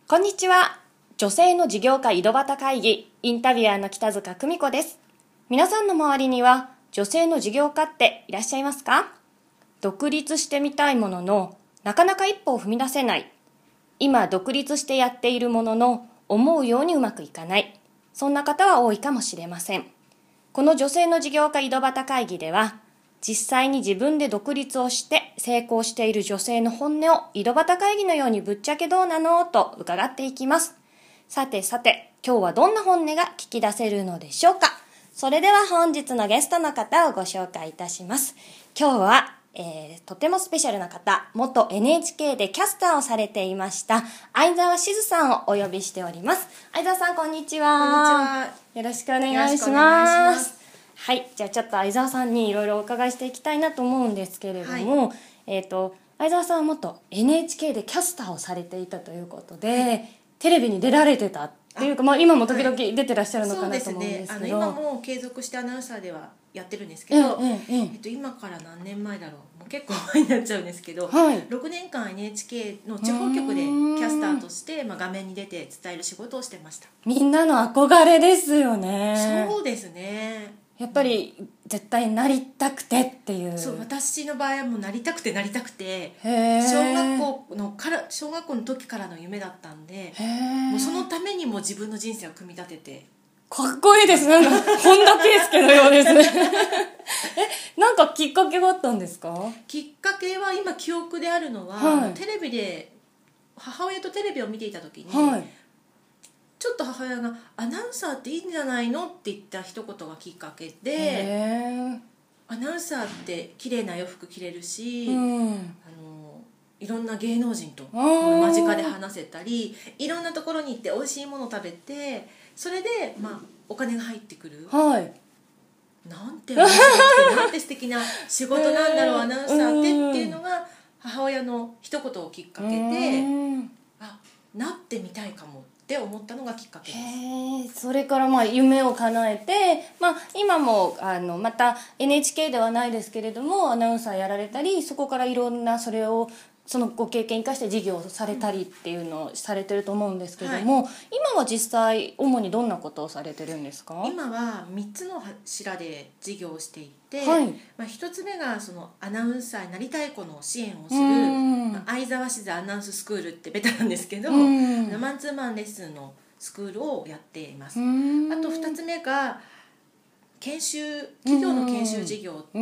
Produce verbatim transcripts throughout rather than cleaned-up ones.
こんにちは。女性の事業家井戸端会議インタビュアーの北塚久美子です。皆さんの周りには女性の事業家っていらっしゃいますか？独立してみたいもののなかなか一歩を踏み出せない。今独立してやっているものの思うようにうまくいかない。そんな方は多いかもしれません。この女性の事業家井戸端会議では、実際に自分で独立をして成功している女性の本音を井戸端会議のようにぶっちゃけどうなのと伺っていきます。さてさて、今日はどんな本音が聞き出せるのでしょうか。それでは本日のゲストの方をご紹介いたします。今日は、えー、とてもスペシャルな方、元 エヌエイチケー でキャスターをされていました相沢しずさんをお呼びしております。相沢さん、こんにちは。 こんにちは。 よろしくお願いします。はい、じゃあちょっと相沢さんにいろいろお伺いしていきたいなと思うんですけれども、はい、えーと、相沢さんは元 エヌエイチケー でキャスターをされていたということで、はい、テレビに出られてたっていうか、まあ、今も時々出てらっしゃるのかなと思うんですけど、 そうですね、あの今も継続してアナウンサーではやってるんですけど、ええええっと、今から何年前だろう、もう結構前になっちゃうんですけど、はい、ろくねんかん エヌエイチケー の地方局でキャスターとして、まあ、画面に出て伝える仕事をしてました。 みんなの憧れですよね。 そうですね、 やっぱり絶対なりたくてっていう。 そう、私の場合はもうなりたくてなりたくて、小学校のから小学校の時からの夢だったんで、もうそのためにも自分の人生を組み立てて。 かっこいいですね。なんか本田圭佑のようですね。え、なんかきっかけがあったんですか？ きっかけは今記憶であるのは、はい、テレビで母親とテレビを見ていた時に、はい、ちょっと母親がアナウンサーっていいんじゃないのって言った一言がきっかけで、アナウンサーって綺麗な洋服着れるし、うん、あのいろんな芸能人と間近で話せたり、いろんなところに行って美味しいものを食べて、それで、まあ、お金が入ってくる、はい、なんて面白くてなんて素敵な仕事なんだろうアナウンサーってっていうのが母親の一言をきっかけで、あ、なってみたいかもって思ったのがきっかけです。 へ、それからまあ夢を叶えて、まあ、今もあのまた エヌエイチケー ではないですけれどもアナウンサーやられたり、そこからいろんなそれをそのご経験生かして事業をされたりっていうのをされてると思うんですけども、はい、今は実際主にどんなことをされてるんですか？ 今はみっつの柱で事業をしていて、はい、まあ、ひとつめがそのアナウンサーになりたい子の支援をする、まあ、相沢しずアナウンススクールってベタなんですけど、マンツーマンレッスンのスクールをやっています。あとふたつめが研修、企業の研修事業って、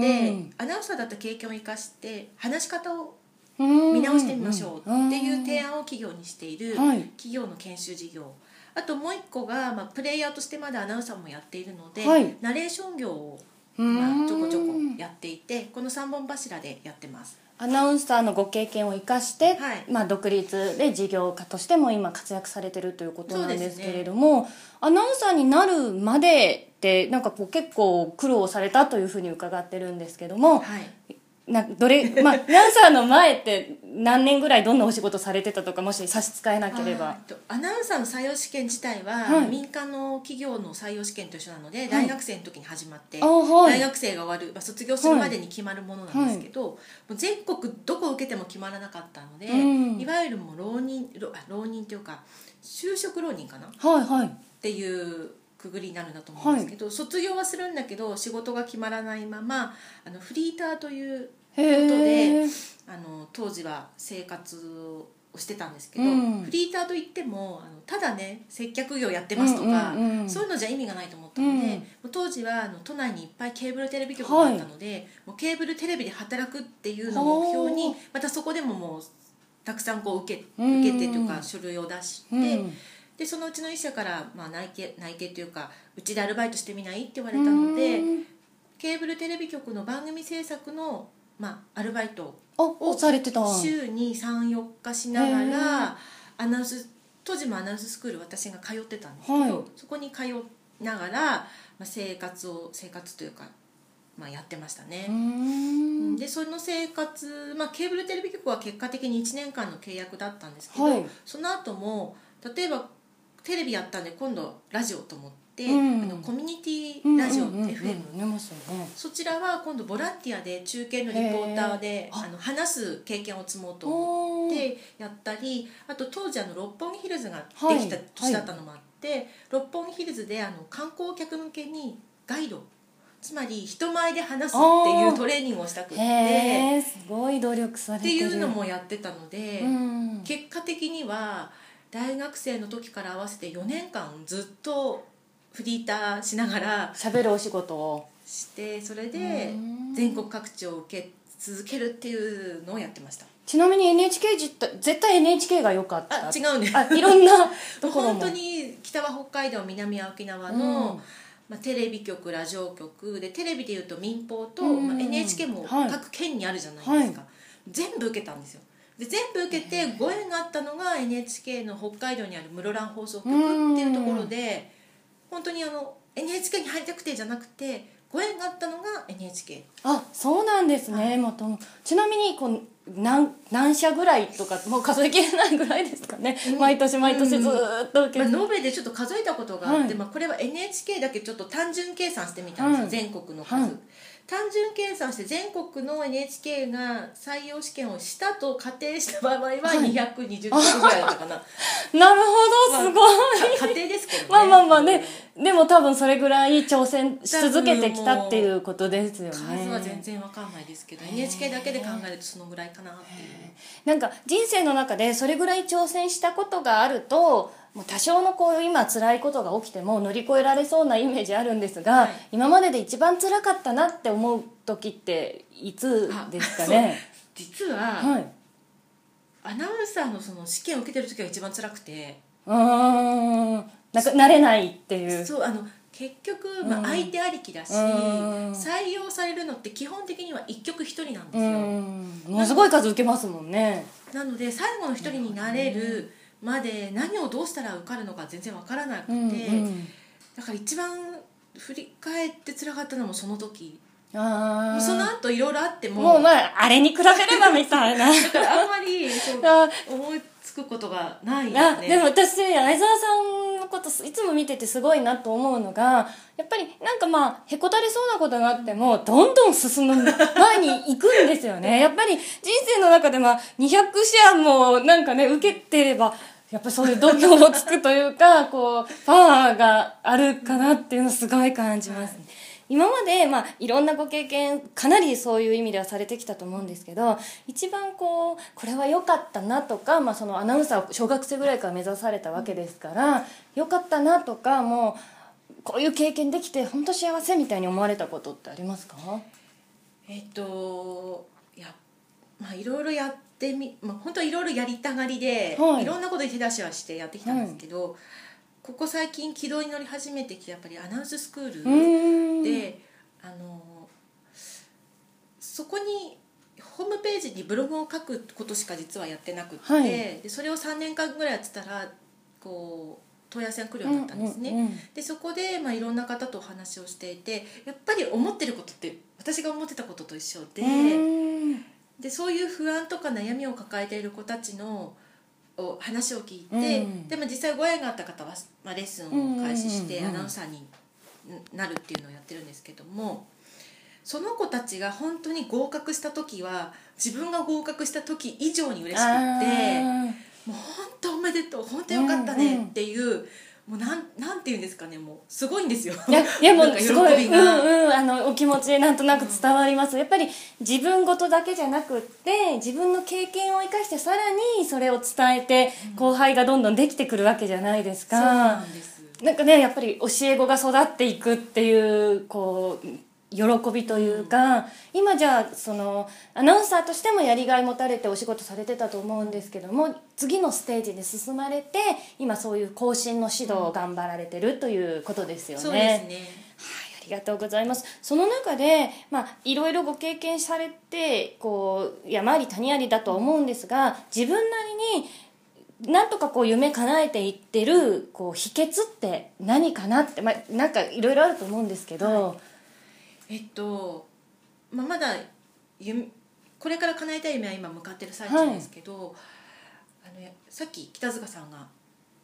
アナウンサーだった経験を生かして話し方を見直してみましょうっていう提案を企業にしている企業の研修事業、あともう一個が、まあ、プレイヤーとしてまだアナウンサーもやっているので、はい、ナレーション業を、まあ、ちょこちょこやっていて、このさんぼん柱でやってます。 アナウンサーのご経験を生かして、はい、まあ、独立で事業家としても今活躍されてるということなんですけれども、ね、アナウンサーになるまでってなんかこう結構苦労されたというふうに伺ってるんですけども、はい、などれ、まあ、アナウンサーの前って何年ぐらいどんなお仕事されてたとか、もし差し支えなければ。 アナウンサーの採用試験自体は、はい、民間の企業の採用試験と一緒なので、はい、大学生の時に始まって、はい、大学生が終わる、まあ、卒業するまでに決まるものなんですけど、はい、もう全国どこ受けても決まらなかったので、うん、いわゆるもう浪人浪浪人というか就職浪人かな、はいはい、っていうくぐりになるんだと思うんですけど、はい、卒業はするんだけど仕事が決まらないまま、あのフリーターということで、あの当時は生活をしてたんですけど、うん、フリーターといってもあのただね接客業やってますとか、うんうんうん、そういうのじゃ意味がないと思ったので、うん、当時はあの都内にいっぱいケーブルテレビ局があったので、はい、もうケーブルテレビで働くっていうのを目標に、またそこでももうたくさんこう受け、受けてというか書類を出して、うん、でそのうちの一社から、まあ、内定内定というかうちでアルバイトしてみないって言われたので、ケーブルテレビ局の番組制作の、まあ、アルバイトを週にさん、よっかしながら、アナウンス当時もアナウンススクール私が通ってたんですけど、はい、そこに通いながら、まあ、生活を生活というか、まあ、やってましたね。でその生活、まあ、ケーブルテレビ局は結果的にいちねんかんの契約だったんですけど、はい、その後も例えばテレビやったんで今度ラジオと思って、 うん、 あのコミュニティラジオ、 うんうんうんうん、 エフエム、 出ますよね。 そちらは今度ボランティアで中継のリポーターであの話す経験を積もうと思ってやったり、あと当時あの六本木ヒルズができた年だったのもあって、はいはい、六本木ヒルズであの観光客向けにガイド、つまり人前で話すっていうトレーニングをしたくって、 へー、すごい努力されてるっていうのもやってたので、 うん、 結果的には大学生の時から合わせてよねんかんずっとフリーターしながら喋るお仕事をして、それで全国各地を受け続けるっていうのをやってました。 ちなみに エヌエイチケー 絶対 エヌエイチケー が良かった。 あ、違うんです。 あ、いろんなところも本当に北は北海道、南は沖縄の、うん、まあ、テレビ局、ラジオ局で、テレビでいうと民放と、うん、まあ、エヌエイチケー も各県にあるじゃないですか、はいはい、全部受けたんですよ。で全部受けてご縁があったのが エヌエイチケー の北海道にある室蘭放送局っていうところで、本当にあの エヌエイチケー に入りたくてじゃなくてご縁があったのが エヌエイチケー。 あ、そうなんですね、はい、またちなみにこう 何, 何社ぐらいとかもう数えきれないぐらいですかね、うん、毎年毎年ずっと受けて、 まあ、延べでちょっと数えたことがあって、 はい、 まあ、これは エヌエイチケー だけちょっと単純計算してみたんですよ、はい、全国の数、はい、単純計算して全国の エヌエイチケー が採用試験をしたと仮定した場合はにひゃくにじゅっかいぐらいだったかな、 なるほど、すごい、 まあ、仮定ですけどね。 まあまあまあね、でも多分それぐらい挑戦し続けてきたっていうことですよね。 数は全然わかんないですけど エヌエイチケー だけで考えるとそのぐらいかなっていう。 なんか人生の中でそれぐらい挑戦したことがあると、もう多少のこう今辛いことが起きても乗り越えられそうなイメージあるんですが、はい、今までで一番辛かったなって思う時っていつですかね。 実は、はい、アナウンサーのその試験を受けてる時が一番辛くて、 うーん、なんか慣れないっていう。 そう、あの結局、まあ、相手ありきだし、採用されるのって基本的にはいっきょくひとりなんですよ。 ものすごい数受けますもんね。 なので最後のひとりになれるまで何をどうしたら受かるのか全然わからなくて、うんうん、だから一番振り返って辛かったのもその時。あ、その後いろいろあってももうまああれに比べればみたいなだからあんまりそう思いつくことがないですね。 あ、でも私相沢さんのこといつも見ててすごいなと思うのが、やっぱりなんかまあへこたれそうなことがあってもどんどん進む前に行くんですよねやっぱり人生の中でまあにひゃくしあもなんかね受けてればやっぱそういう度胸もつくというかこうパワーがあるかなっていうのをすごい感じますね。今まで、まあ、いろんなご経験かなりそういう意味ではされてきたと思うんですけど、一番こうこれは良かったなとか、まあ、そのアナウンサーを小学生ぐらいから目指されたわけですから良かったなとか、もうこういう経験できて本当幸せみたいに思われたことってありますか？ えっといや、まあ、いろいろやってみ、まあ、本当いろいろやりたがりで、はい、いろんなことに手出しはしてやってきたんですけど、はい、ここ最近軌道に乗り始めてきてやっぱりアナウンススクールで、あのそこにホームページにブログを書くことしか実はやってなくって、はい、でそれをさんねんかんぐらいやってたらこう問い合わせが来るようになったんですね、うんうんうん、でそこで、まあ、いろんな方とお話をしていて、やっぱり思ってることって私が思ってたことと一緒で、でそういう不安とか悩みを抱えている子たちのを話を聞いて、うん、でも実際ご縁があった方は、まあ、レッスンを開始してアナウンサーになるっていうのをやってるんですけども、その子たちが本当に合格した時は自分が合格した時以上に嬉しくってもう本当おめでとう本当よかったねっていう、うんうん、もうなんなんていうんですかね、もうすごいんですよ。いやいやもうすごい、うんうん、あのお気持ちなんとなく伝わります、うん、やっぱり自分事だけじゃなくって自分の経験を生かしてさらにそれを伝えて後輩がどんどんできてくるわけじゃないですか、うん、そうなんです。なんかね、やっぱり教え子が育っていくっていうこう喜びというか、うん、今じゃあそのアナウンサーとしてもやりがい持たれてお仕事されてたと思うんですけども、次のステージに進まれて今そういう後進の指導を頑張られてるということですよね、うん、そうですね、はい、ありがとうございます。その中で、まあ、いろいろご経験されてこう山あり谷ありだとは思うんですが、自分なりになんとかこう夢叶えていってるこう秘訣って何かなって、まあ、なんかいろいろあると思うんですけど、はい、 えっと、まあ、まだ夢これから叶えたい夢は今向かってる最中ですけど、はい、あのさっき北塚さんが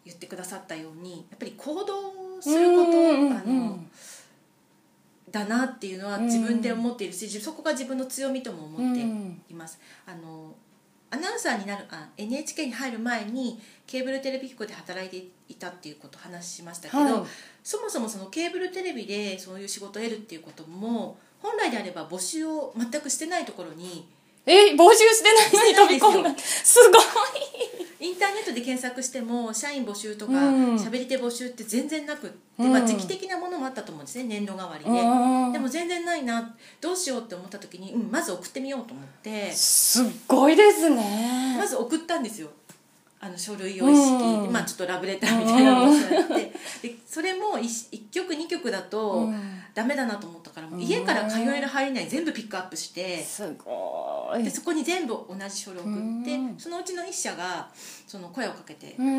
言ってくださったようにやっぱり行動すること、うんうん、あのだなっていうのは自分で思っているし、そこが自分の強みとも思っています。あのアナウンサーになるあ エヌエイチケー に入る前にケーブルテレビ局で働いていたっていうことを話しましたけど、はい、そもそもそのケーブルテレビでそういう仕事を得るっていうことも本来であれば募集を全くしてないところにえ募集してないのに飛び込んだすごいインターネットで検索しても社員募集とか喋、うん、り手募集って全然なくって、うんまあ、時期的なものもあったと思うんですね、年度代わりで、うん、でも全然ないなどうしようって思った時に、うん、まず送ってみようと思ってすっごいですねまず送ったんですよあの書類を意識、うんまあ、ちょっとラブレターみたいなのをやって、うん、でそれも 1, いっきょくにきょくだとダメだなと思ったから、うん、家から通える入れない全部ピックアップしてすごいでそこに全部同じ書類を送って、うん、そのうちのいっ社がその声をかけてくださって、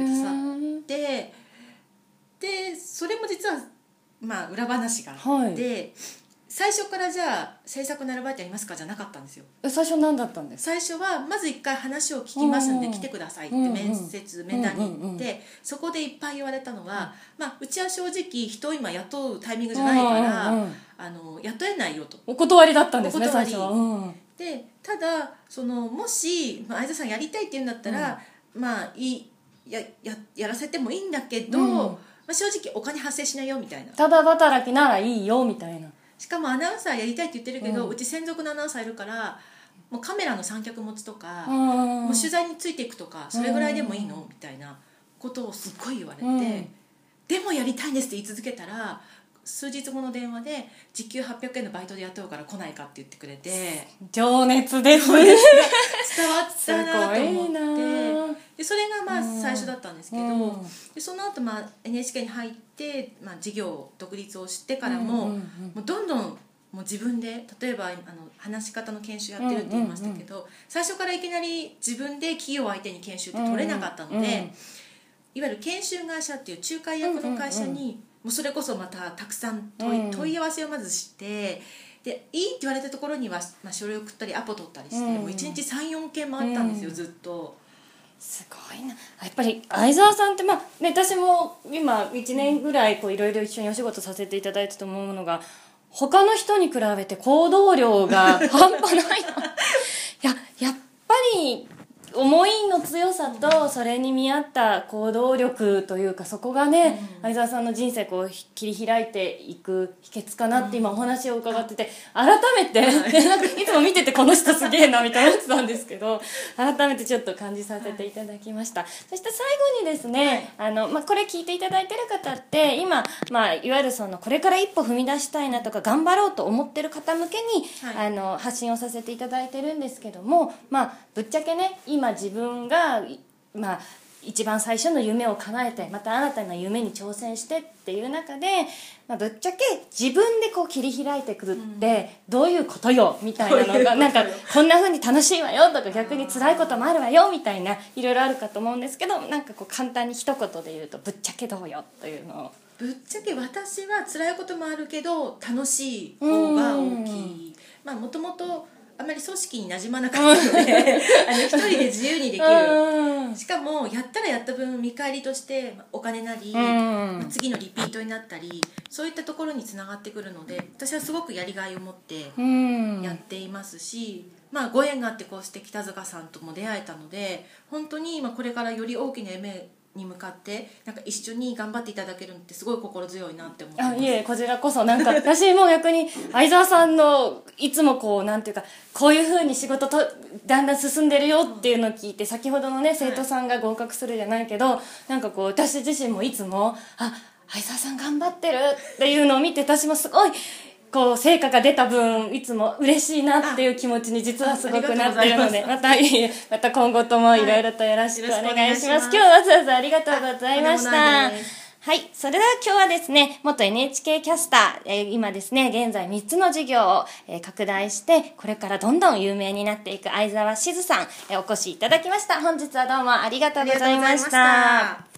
でそれも実は、まあ、裏話があって、はい最初からじゃあ制作のアルバイトやりますかじゃなかったんですよ。 最初何だったんですか？ 最初はまず一回話を聞きますんで来てくださいって面接、うんうん、面談に行って、うんうん、そこでいっぱい言われたのは、うんまあ、うちは正直人を今雇うタイミングじゃないから、うんうんうん、あの雇えないよとお断りだったんですね最初は、 うん、でただそのもし、まあ、相田さんやりたいって言うんだったら、うん、まあいい や, や, やらせてもいいんだけど、うんまあ、正直お金発生しないよみたいなただ働きならいいよみたいなしかもアナウンサーやりたいって言ってるけど、うん、うち専属のアナウンサーいるからもうカメラの三脚持ちとか、うん、もう取材についていくとかそれぐらいでもいいのみたいなことをすっごい言われて、うん、でもやりたいんですって言い続けたら数日後の電話で時給はっぴゃくえんのバイトで雇うから来ないかって言ってくれて情熱ですね伝わったなと思ってでそれがまあ最初だったんですけど、うん、でその後まあ エヌエイチケー に入って、まあ、事業独立をしてからも、うんうんうん、もうどんどんもう自分で例えばあの話し方の研修やってるって言いましたけど、うんうんうん、最初からいきなり自分で企業相手に研修って取れなかったので、うんうんうん、いわゆる研修会社っていう仲介役の会社に、うんうんうん、もうそれこそまたたくさん問い、うん、問い合わせをまずしてでいいって言われたところには、まあ、書類を送ったりアポ取ったりして、うん、もういちにち さん,よん 件もあったんですよ、うん、ずっと。 すごいなやっぱり相沢さんって、まあね、私も今いちねんぐらいいろいろ一緒にお仕事させていただいてと思うのが他の人に比べて行動量が半端ないのいや、やっぱり思いの強さとそれに見合った行動力というかそこがね、うん、相沢さんの人生こう切り開いていく秘訣かなって今お話を伺ってて改めて、はい、なんかいつも見ててこの人すげえなみたいな思ってたんですけど改めてちょっと感じさせていただきました、はい、そして最後にですね、はいあのまあ、これ聞いていただいてる方って今、まあ、いわゆるそのこれから一歩踏み出したいなとか頑張ろうと思ってる方向けに、はい、あの発信をさせていただいてるんですけども、まあ、ぶっちゃけね今自分が、まあ、一番最初の夢を叶えてまた新たな夢に挑戦してっていう中で、まあ、ぶっちゃけ自分でこう切り開いてくるってどういうことよみたいなのがなんかこんな風に楽しいわよとか逆に辛いこともあるわよみたいないろいろあるかと思うんですけどなんかこう簡単に一言で言うとぶっちゃけどうよというのをぶっちゃけ私は辛いこともあるけど楽しい方が大きいまあもともとあまり組織に馴染まなかったのであの一人で自由にできるしかもやったらやった分見返りとしてお金なり、まあ、次のリピートになったりそういったところにつながってくるので私はすごくやりがいを持ってやっていますし、まあ、ご縁があってこうして北塚さんとも出会えたので本当に今これからより大きな夢に向かってなんか一緒に頑張っていただけるのってすごい心強いなって思ってます。 あいえこちらこそなんか私も逆に相沢さんのいつもこうなんていうかこういう風に仕事とだんだん進んでるよっていうのを聞いて先ほどのね生徒さんが合格するじゃないけど、はい、なんかこう私自身もいつもあ相沢さん頑張ってるっていうのを見て私もすごいこう成果が出た分いつも嬉しいなっていう気持ちに実はすごくなっているのでまたまた今後ともいろいろとよろしくお願いします、はい、今日はわざわざありがとうございました。はい、それでは今日はですね元 エヌエイチケー キャスター、えー、今ですね現在みっつの事業を、えー、拡大してこれからどんどん有名になっていく相沢しずさん、えー、お越しいただきました。本日はどうもありがとうございました。